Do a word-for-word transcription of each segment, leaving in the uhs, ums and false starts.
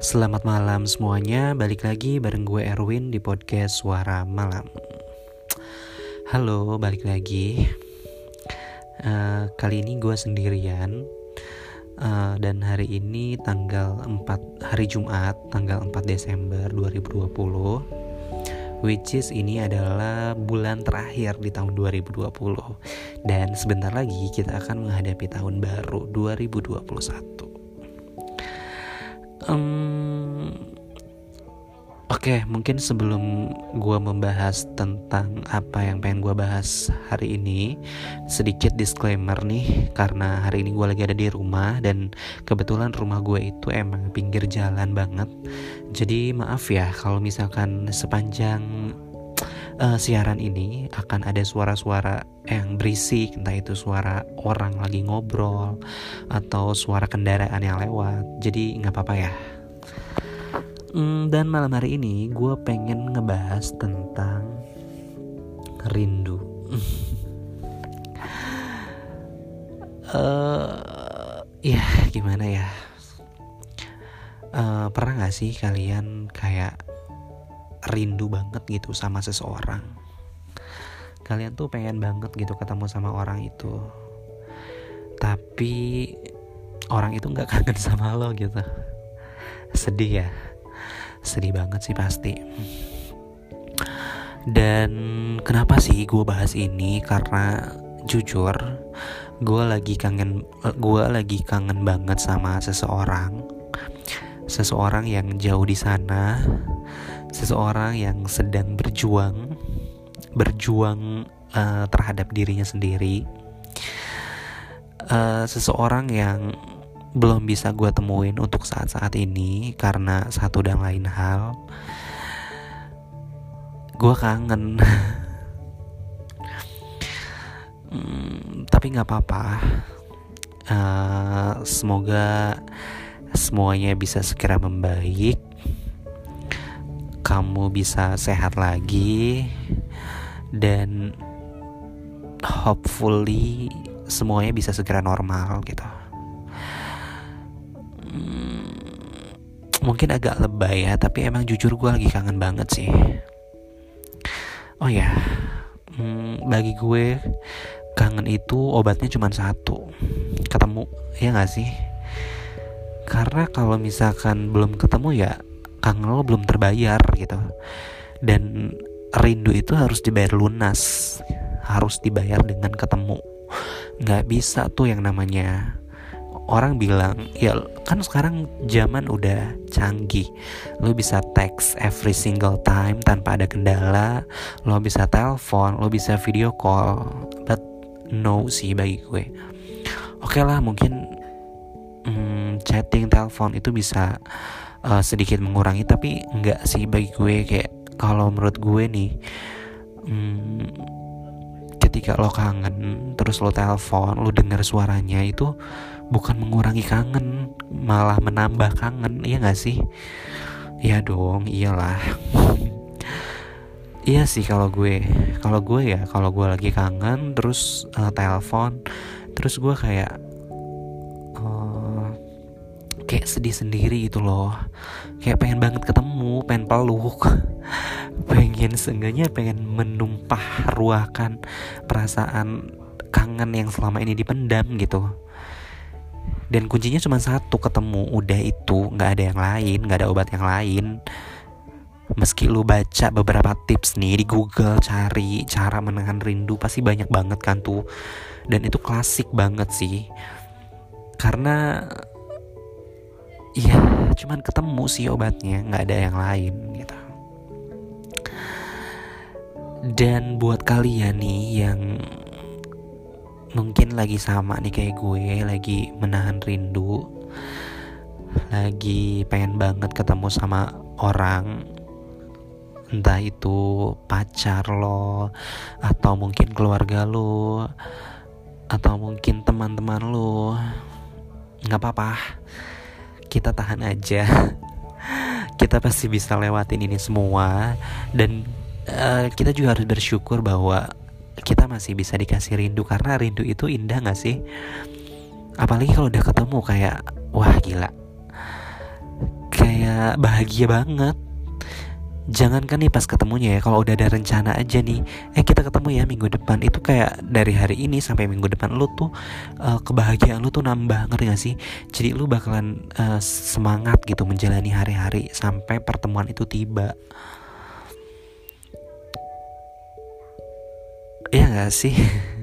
Selamat malam semuanya, balik lagi bareng gue Erwin di podcast Suara Malam. Halo, balik lagi. uh, Kali ini gue sendirian, uh, dan hari ini tanggal empat, hari Jumat, tanggal empat Desember dua ribu dua puluh, which is ini adalah bulan terakhir di tahun dua ribu dua puluh. Dan sebentar lagi kita akan menghadapi tahun baru dua ribu dua puluh satu. Um, Oke, okay, mungkin sebelum gue membahas tentang apa yang pengen gue bahas hari ini, sedikit disclaimer nih, karena hari ini gue lagi ada di rumah dan kebetulan rumah gue itu emang pinggir jalan banget. Jadi maaf ya kalau misalkan sepanjang uh, siaran ini akan ada suara-suara yang berisik, entah itu suara orang lagi ngobrol atau suara kendaraan yang lewat. Jadi nggak apa-apa ya. Hmm, dan malam hari ini gue pengen ngebahas tentang rindu. uh, ya gimana ya? Uh, pernah nggak sih kalian kayak rindu banget gitu sama seseorang? Kalian tuh pengen banget gitu ketemu sama orang itu, tapi orang itu gak kangen sama lo gitu. Sedih ya, sedih banget sih pasti. Dan kenapa sih gue bahas ini? Karena jujur gue lagi kangen, gue lagi kangen banget sama seseorang, seseorang yang jauh di sana, seseorang yang sedang berjuang, berjuang uh, terhadap dirinya sendiri, uh, seseorang yang belum bisa gue temuin untuk saat-saat ini karena satu dan lain hal. Gue kangen. hmm, tapi nggak apa-apa. Uh, semoga semuanya bisa segera membaik. Kamu bisa sehat lagi. Dan hopefully semuanya bisa segera normal gitu. hmm, Mungkin agak lebay ya, tapi emang jujur gue lagi kangen banget sih. Oh ya, hmm, bagi gue kangen itu obatnya cuma satu, ketemu, ya gak sih? Karena kalau misalkan belum ketemu ya kangen lo belum terbayar gitu. Dan rindu itu harus dibayar lunas, harus dibayar dengan ketemu. Gak bisa tuh yang namanya orang bilang, ya kan sekarang zaman udah canggih, lo bisa text every single time tanpa ada kendala, lo bisa telepon, lo bisa video call. But no sih bagi gue. Oke lah, mungkin hmm, chatting, telepon itu bisa uh, sedikit mengurangi, tapi enggak sih bagi gue. Kayak kalau menurut gue nih, hmm, ketika lo kangen terus lo telepon, lo dengar suaranya, itu bukan mengurangi kangen, malah menambah kangen, iya gak sih? Iya dong, iyalah. Iya sih kalau gue, kalau gue ya, kalau gue lagi kangen terus uh, telepon, terus gue kayak uh, kayak sedih sendiri gitu loh. Kayak pengen banget ketemu, pengen peluk, pengen seenggaknya pengen menumpah ruahkan perasaan kangen yang selama ini dipendam gitu. Dan kuncinya cuma satu, ketemu. Udah itu, gak ada yang lain, gak ada obat yang lain. Meski lu baca beberapa tips nih di Google, cari cara menahan rindu, pasti banyak banget kan tuh. Dan itu klasik banget sih. Karena ya cuman ketemu sih obatnya, gak ada yang lain gitu. Dan buat kalian nih yang mungkin lagi sama nih kayak gue, lagi menahan rindu, lagi pengen banget ketemu sama orang, entah itu pacar lo, atau mungkin keluarga lo, atau mungkin teman-teman lo, gak apa-apa, kita tahan aja. Kita pasti bisa lewatin ini semua. Dan uh, kita juga harus bersyukur bahwa kita masih bisa dikasih rindu, karena rindu itu indah gak sih? Apalagi kalau udah ketemu, kayak wah gila, kayak bisa bahagia banget. Jangankan nih pas ketemunya ya, kalau udah ada rencana aja nih, eh kita ketemu ya minggu depan, itu kayak dari hari ini sampai minggu depan lu tuh uh, kebahagiaan lu tuh nambah, ngerti gak sih? Jadi lu bakalan uh, semangat gitu menjalani hari-hari sampai pertemuan itu tiba. Ya gak sih?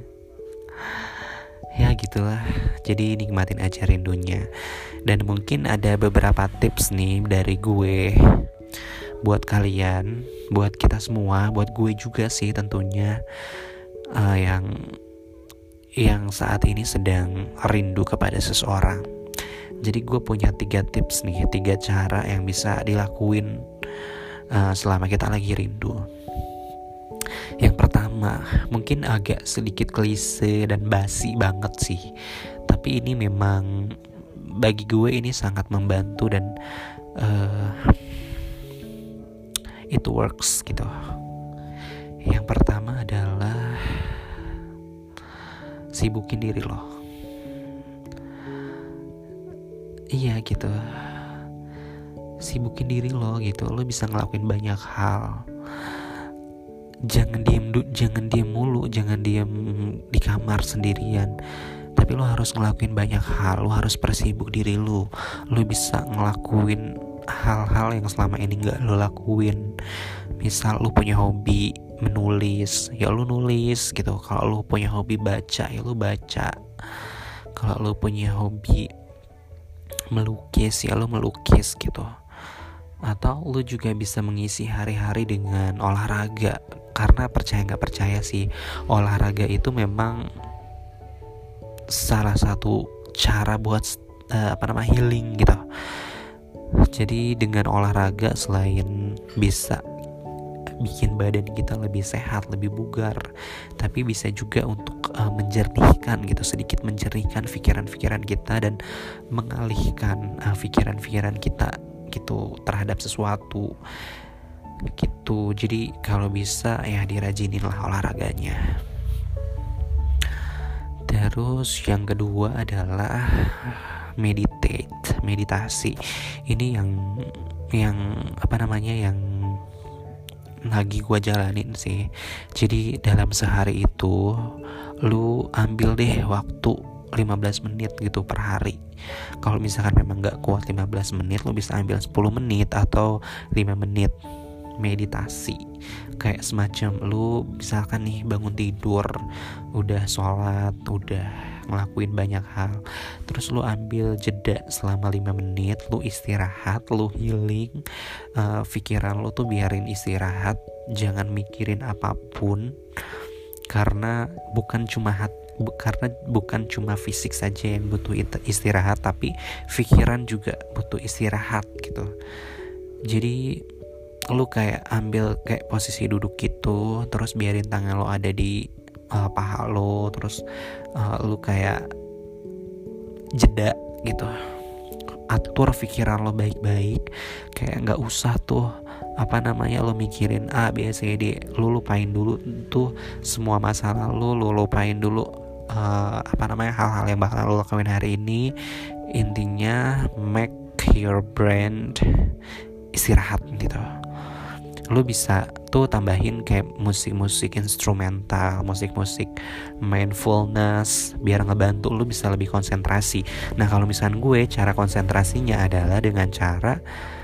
Ya gitulah. Jadi nikmatin aja rindunya. Dan mungkin ada beberapa tips nih dari gue buat kalian, buat kita semua, buat gue juga sih tentunya, uh, yang yang saat ini sedang rindu kepada seseorang. Jadi gue punya tiga tips nih, tiga cara yang bisa dilakuin uh, selama kita lagi rindu. Yang pertama, mungkin agak sedikit klise dan basi banget sih, tapi ini memang bagi gue ini sangat membantu dan uh, it works gitu. Yang pertama adalah sibukin diri lo. Iya gitu. Sibukin diri lo gitu. Lo bisa ngelakuin banyak hal. Jangan diem du- jangan diem mulu, jangan diem di kamar sendirian. Tapi lo harus ngelakuin banyak hal. Lo harus persibuk diri lo. Lo bisa ngelakuin hal-hal yang selama ini gak lo lakuin. Misal lo punya hobi menulis, ya lo nulis gitu. Kalau lo punya hobi baca, ya lo baca. Kalau lo punya hobi melukis, ya lo melukis gitu. Atau lo juga bisa mengisi hari-hari dengan olahraga. Karena percaya gak percaya sih, olahraga itu memang salah satu cara buat uh, apa namanya healing gitu. Jadi dengan olahraga selain bisa bikin badan kita lebih sehat, lebih bugar, tapi bisa juga untuk uh, menjernihkan gitu, sedikit menjernihkan pikiran-pikiran kita dan mengalihkan uh, pikiran-pikiran kita gitu terhadap sesuatu gitu. Jadi kalau bisa ya dirajinin lah olahraganya. Terus yang kedua adalah meditate, meditasi. Ini yang yang apa namanya yang lagi gue jalanin sih. Jadi dalam sehari itu lu ambil deh waktu lima belas menit gitu per hari. Kalau misalkan memang gak kuat lima belas menit, lu bisa ambil sepuluh menit atau lima menit meditasi. Kayak semacam lu misalkan nih bangun tidur, udah sholat, udah ngelakuin banyak hal, terus lu ambil jeda selama lima menit, lu istirahat, lu healing, uh, pikiran lu tuh biarin istirahat, jangan mikirin apapun, karena bukan cuma hat, bu, karena bukan cuma fisik saja yang butuh istirahat, tapi pikiran juga butuh istirahat gitu. Jadi lu kayak ambil kayak posisi duduk gitu, terus biarin tangan lo ada di uh, paha lo, terus uh, lu kayak jeda gitu, atur pikiran lo baik-baik, kayak nggak usah tuh apa namanya lo mikirin A B C D, lu lupain dulu tuh semua masalah lu, lu lupain dulu uh, apa namanya hal-hal yang bakal lo lakuin hari ini. Intinya make your brain istirahat gitu. Lu bisa tuh tambahin kayak musik-musik instrumental, musik-musik mindfulness, biar ngebantu lu bisa lebih konsentrasi. Nah kalau misalkan gue, cara konsentrasinya adalah dengan cara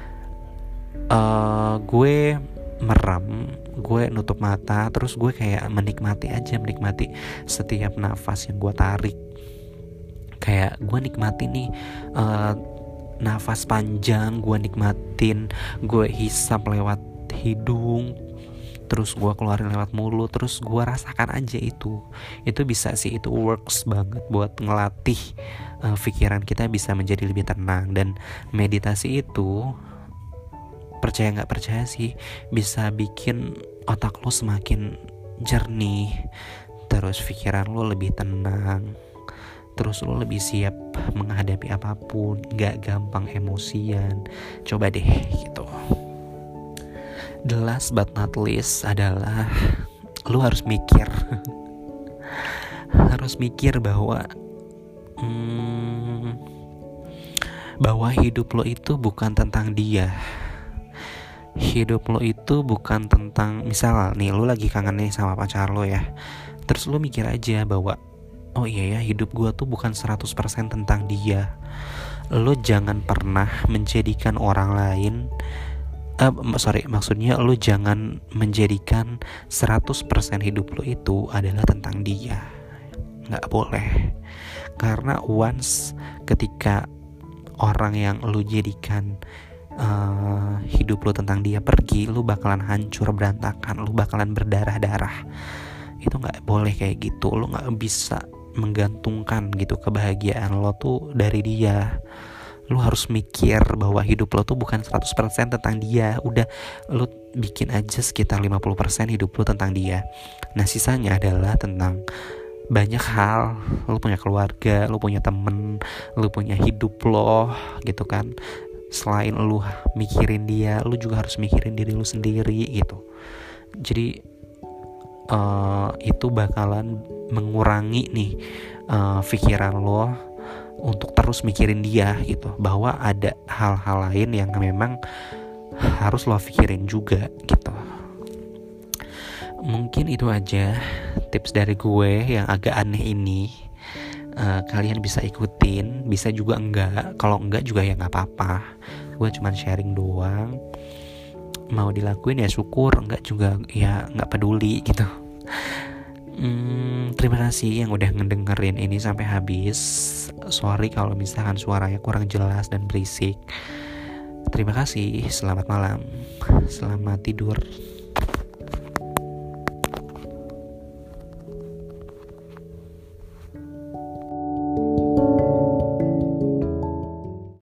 uh, gue merem, gue nutup mata, terus gue kayak menikmati aja, menikmati setiap nafas yang gue tarik. Kayak gue nikmati nih uh, nafas panjang, gue nikmatin, gue hisap lewat hidung, terus gue keluarin lewat mulut, terus gue rasakan aja itu. Itu bisa sih, itu works banget buat ngelatih uh, pikiran kita bisa menjadi lebih tenang. Dan meditasi itu, percaya gak percaya sih, bisa bikin otak lo semakin jernih, terus pikiran lo lebih tenang, terus lo lebih siap menghadapi apapun, gak gampang emosian. Coba deh gitu. The last but not least adalah lu harus mikir harus mikir bahwa hmm, bahwa hidup lo itu bukan tentang dia. Hidup lo itu bukan tentang, misal nih lo lagi kangen nih sama pacar lo ya, terus lo mikir aja bahwa oh iya ya, hidup gue tuh bukan seratus persen tentang dia. Lo jangan pernah menjadikan orang lain uh, sorry maksudnya lo jangan menjadikan seratus persen hidup lo itu adalah tentang dia. Gak boleh. Karena once ketika orang yang lo jadikan uh, hidup lo tentang dia pergi, lo bakalan hancur berantakan, lo bakalan berdarah-darah. Itu gak boleh kayak gitu. Lo gak bisa menggantungkan gitu kebahagiaan lo tuh dari dia. Lo harus mikir bahwa hidup lo tuh bukan seratus persen tentang dia. Udah, lo bikin aja sekitar lima puluh persen hidup lo tentang dia. Nah sisanya adalah tentang banyak hal. Lo punya keluarga, lo punya temen, lo punya hidup lo gitu kan. Selain lo mikirin dia, lo juga harus mikirin diri lo sendiri gitu. Jadi uh, itu bakalan mengurangi nih uh, pikiran lo untuk terus mikirin dia gitu, bahwa ada hal-hal lain yang memang harus lo pikirin juga gitu. Mungkin itu aja tips dari gue yang agak aneh ini. uh, kalian bisa ikutin, bisa juga enggak. Kalau enggak juga ya nggak apa-apa, gue cuman sharing doang. Mau dilakuin ya syukur, enggak juga ya nggak peduli gitu. Hmm, terima kasih yang udah ngedengerin ini sampai habis. Sorry kalau misalkan suaranya kurang jelas dan berisik. Terima kasih, selamat malam, selamat tidur.